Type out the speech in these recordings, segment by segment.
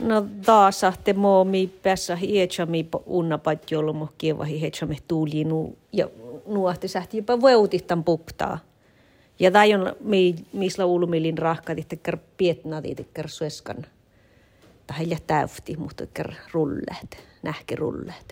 No taas te moomi päässä ietsami unnapat jolloin kievahi heitsami tuuli ja nuohti sähti jopa voutittan puptaa. Ja tai on missä ulumilin rahkat tekkär pietnadi tekkär sueskan. Tai täyfti mutta tekkär rullet, nähke rullet.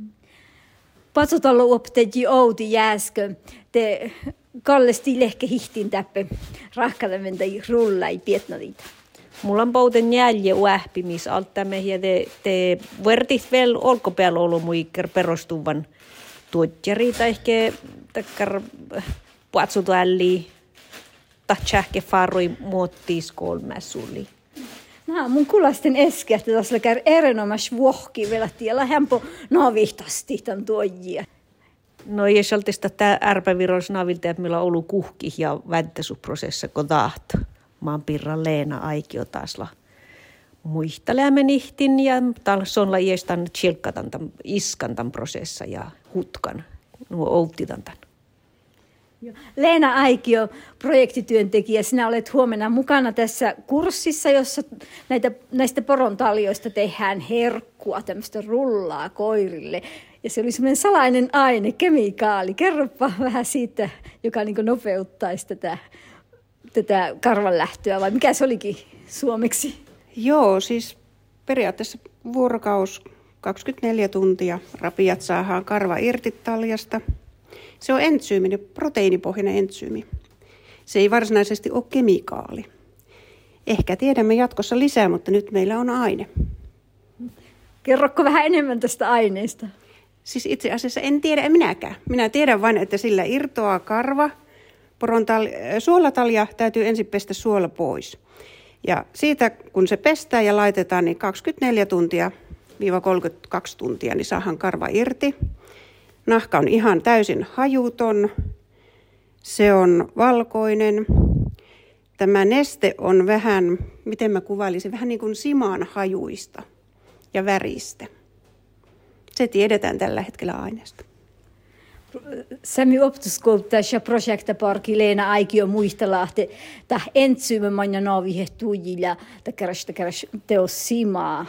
Patsotalla opteji outi jääskö te kallesti lehke hihtin täppä rahkalementai rullai pietnadita. Mulla on pouten jälje uähpimis alttamme ja te vertit vielä olkopäällä ollut muikker perustuvan tuotjari tai ehkä takkar patsutuälli tai tsähke farroi muottiis kolmäsulli. No, mun kulasten eskeä, että tässä käy erinomaisesti vuohki vielä tiellä hämpö navihtasti tämän tuojia. No ei saltista tämä ärpäviros navilta, että meillä on ollut kuhki ja vääntäsuprosessa kun tahto. Mä oon Pirra Leena Aikio taasla muistelee nihtin ja sonla iestan tsilkkatan tämän iskantan prosessa ja hutkan. Nuo outitan tämän. Leena Aikio, projektityöntekijä, sinä olet huomenna mukana tässä kurssissa, jossa näistä porontaljoista tehdään herkkua, tämmöistä rullaa koirille. Ja se oli semmoinen salainen aine, kemikaali. Kerropa vähän siitä, joka niin nopeuttaisi tätä karvanlähtöä, vai mikä se olikin suomeksi? Joo, siis periaatteessa vuorokaus 24 tuntia rapiat saadaan karva irti taljasta. Se on entsyyminen, proteiinipohjainen entsyymi. Se ei varsinaisesti ole kemikaali. Ehkä tiedämme jatkossa lisää, mutta nyt meillä on aine. Kerrokko vähän enemmän tästä aineesta? Siis itse asiassa en tiedä minäkään. Minä tiedän vain, että sillä irtoaa karva. Suolatalja täytyy ensin pestä suola pois. Ja siitä kun se pestään ja laitetaan, niin 24 tuntia 32 tuntia, niin saadaan karva irti. Nahka on ihan täysin hajuton. Se on valkoinen. Tämä neste on vähän, miten mä kuvailisin, vähän niin kuin siman hajuista ja väristä. Se tiedetään tällä hetkellä aineesta. Sami optuskoltaisia projektaparki Leena Aikio muistella, että tämä entsyymämanja naavihe tuijilla, täkäräs teos simaa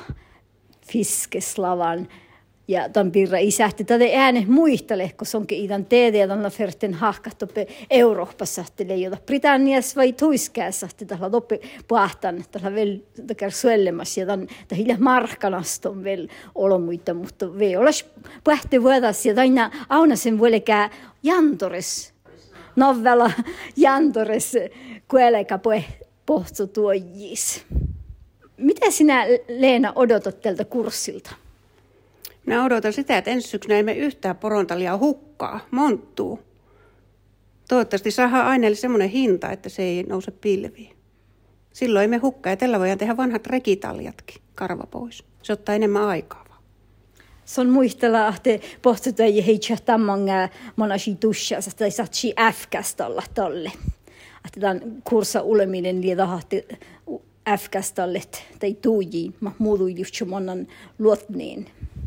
fiskeslavan. Ja tämän Pirra isähti tätä ääne muistele, kun se onkin idan teede ja tämän ferten hahkahtu Euroopassa, jota Britanniassa vai tuiskäässä, että tällä toppe pahtan, tällä vielä suellemassa ja tämän hiljaa markkanasta on vielä olomuita, mutta vielä olisi pähti vuodas ja aina aina sen vuolikää jantores, novella jantores, kueleka pohtso tuojis. Mitä sinä, Leena, odotat tältä kurssilta? Minä odotan sitä, että ensi syksynä ei mene yhtään porontalia hukkaa, monttuu. Toivottavasti saadaan aineelle semmoinen hinta, että se ei nouse pilviin. Silloin ei mene hukkaa ja tällä voidaan tehdä vanhat rekitaljatkin, karva pois. Se ottaa enemmän aikaa vaan. Se on muistella, että pohtutaan ja heitsää tämän monasi tussassa tai satsi F-kästolla tolle. Että tämän kurssa uleminen liedahti F-kästollet tai tuujiin, mä muutuin just monen luotniin.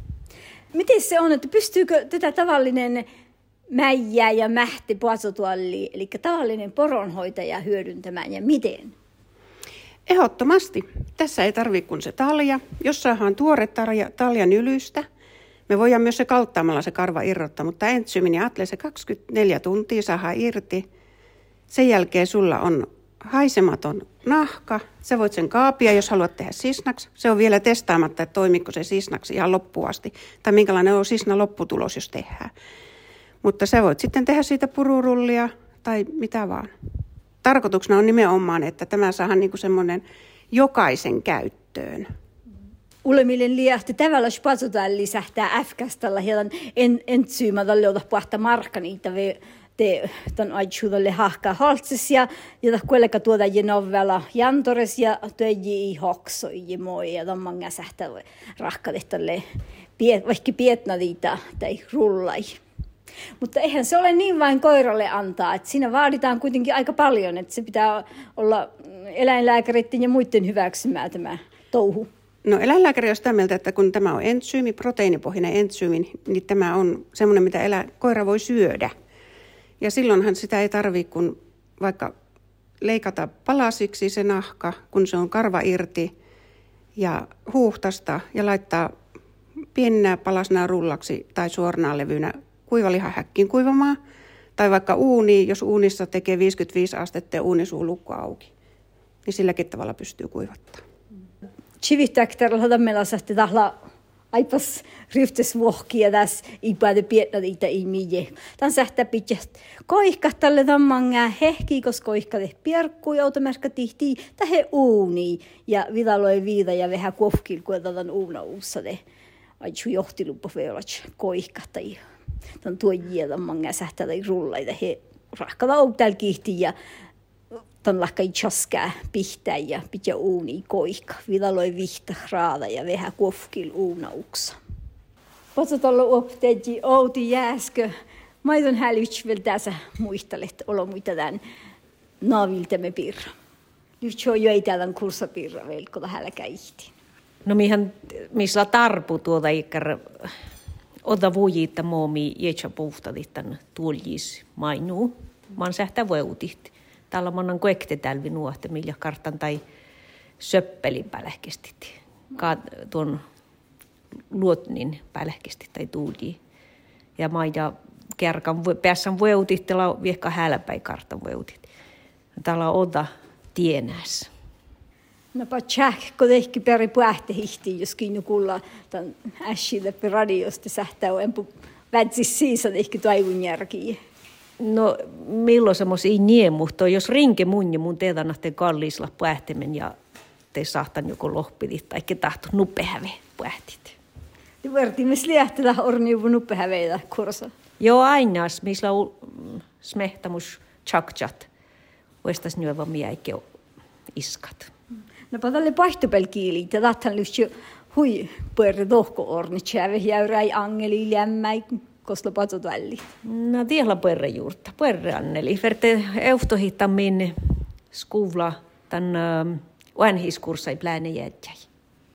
Miten se on, että pystyykö tätä tavallinen mäijä ja mähti puasotualli, eli tavallinen poronhoitaja hyödyntämään ja miten? Ehdottomasti. Tässä ei tarvitse kuin se talja. Jos saadaan tuore taljan ylystä, me voidaan myös se kauttaamalla se karva irrottaa, mutta entsyymin ja atle se 24 tuntia saadaan irti. Sen jälkeen sulla on haisematon nahka. Sä voit sen kaapia, jos haluat tehdä sisnaksi. Se on vielä testaamatta, että toimiko se sisnaksi ihan loppuun asti. Tai minkälainen on sisna lopputulos, jos tehdään. Mutta sä voit sitten tehdä siitä pururullia tai mitä vaan. Tarkoituksena on nimenomaan, että tämä saadaan niin kuin semmoinen jokaisen käyttöön. Ulemillen liähti tavalla spatsutaan lisähtää F-kastalla hieman entsyymä leuta puhta markka niitä te ton aitsuudalle hahkaa holtsis ja kueleka tuoda je novella jantores ja töji hokso je moi ja ton manga sähtä rahkalehtalle vaikka pietnadiita tai rullai. Mutta eihän se ole niin vain koiralle antaa, että siinä vaaditaan kuitenkin aika paljon, että se pitää olla eläinlääkäreiden ja muiden hyväksymää tämä touhu. No eläinlääkäri on sitä mieltä, että kun tämä on entsyymi, proteiinipohjainen entsyymi, niin tämä on semmoinen, mitä koira voi syödä. Ja silloinhan sitä ei tarvitse kun vaikka leikata palasiksi se nahka, kun se on karva irti. ja huuhtasta ja laittaa pieninä palasena rullaksi tai suorana levynä kuivalihahäkkiin kuivamaan. Tai vaikka uuniin, jos uunissa tekee 55 astetta ja uunisuu lukko auki, niin silläkin tavalla pystyy kuivattamaan. Chivittäkterillä meillä sähti tahla aipas ryftesvuohkia tässä ipäde piettä niitä ihmisiä. Tämän sähtää pitää koihkahtalle tammangaa hehkiä, koska koihkade pierkkui automerkka tihtii tähän uuniin. Ja vidaloi viida ja vähän kofkil, kun tämän uuna uussade. Aitsu johtiluppo veolats koihkahtajia. Tämän tuojia tammangaa sähtää tai rullaita. He rahkava outtäällä kihtii ja tämän lahkai chaskää pihtää ja pitää uuni koika. Vidaloi vihta raada ja vähän kofkil uunauksa. Patso tuolla opteetti outi jääskö. Maidon hälyts vielä tässä muistelet olo muita tämän naaviltemme pirra. Nyt se on jo ei tämän kurssapirra vielä, kun hälkä ihtiin. No missä tarpu tuota ikkar ota vuojitta moomi jätsä puhtadit tämän tuoljis mainuu. Maan sähtää veutit. Täällä on koekte tälvi nuohte, millä kartan tai söppelin pälähkestit. Tuon luotnin pälähkestit tai tuuli. Ja maida kärkan päässän veutit, täällä on viekka hälpäin kartan veutit. Täällä on ota tienäs. No pa tjäk, kun tehki peri puähtehihtiin, jos kiinni kuulla tämän ässille radiosta sähtää on empu vätsis siisan ehkä taivun järkiä. No milloin semmoisia ei niemuhtoa, jos rinke mun teetan ahteen kalliisla puähtemen ja te saahtan joku lohpidit tai tahto nuppehäve puähtit. Te vertimes liähtellä orniuvu nuppehäveitä kursa. Joo ainas, missä on smehtamus tjaktjat. Voistas nyöva miäike iskat. No pa tälle paihtopelkiili, te tahtan lyhtsy hui puerre tohko-orni tjäve jäyräi angeli lämmäi. Koska patso välli. No tiehla puerre juurta, puerre anneli. Verte euhtohittammin skuvla tämän oanhiskurssai plääne jätjäi.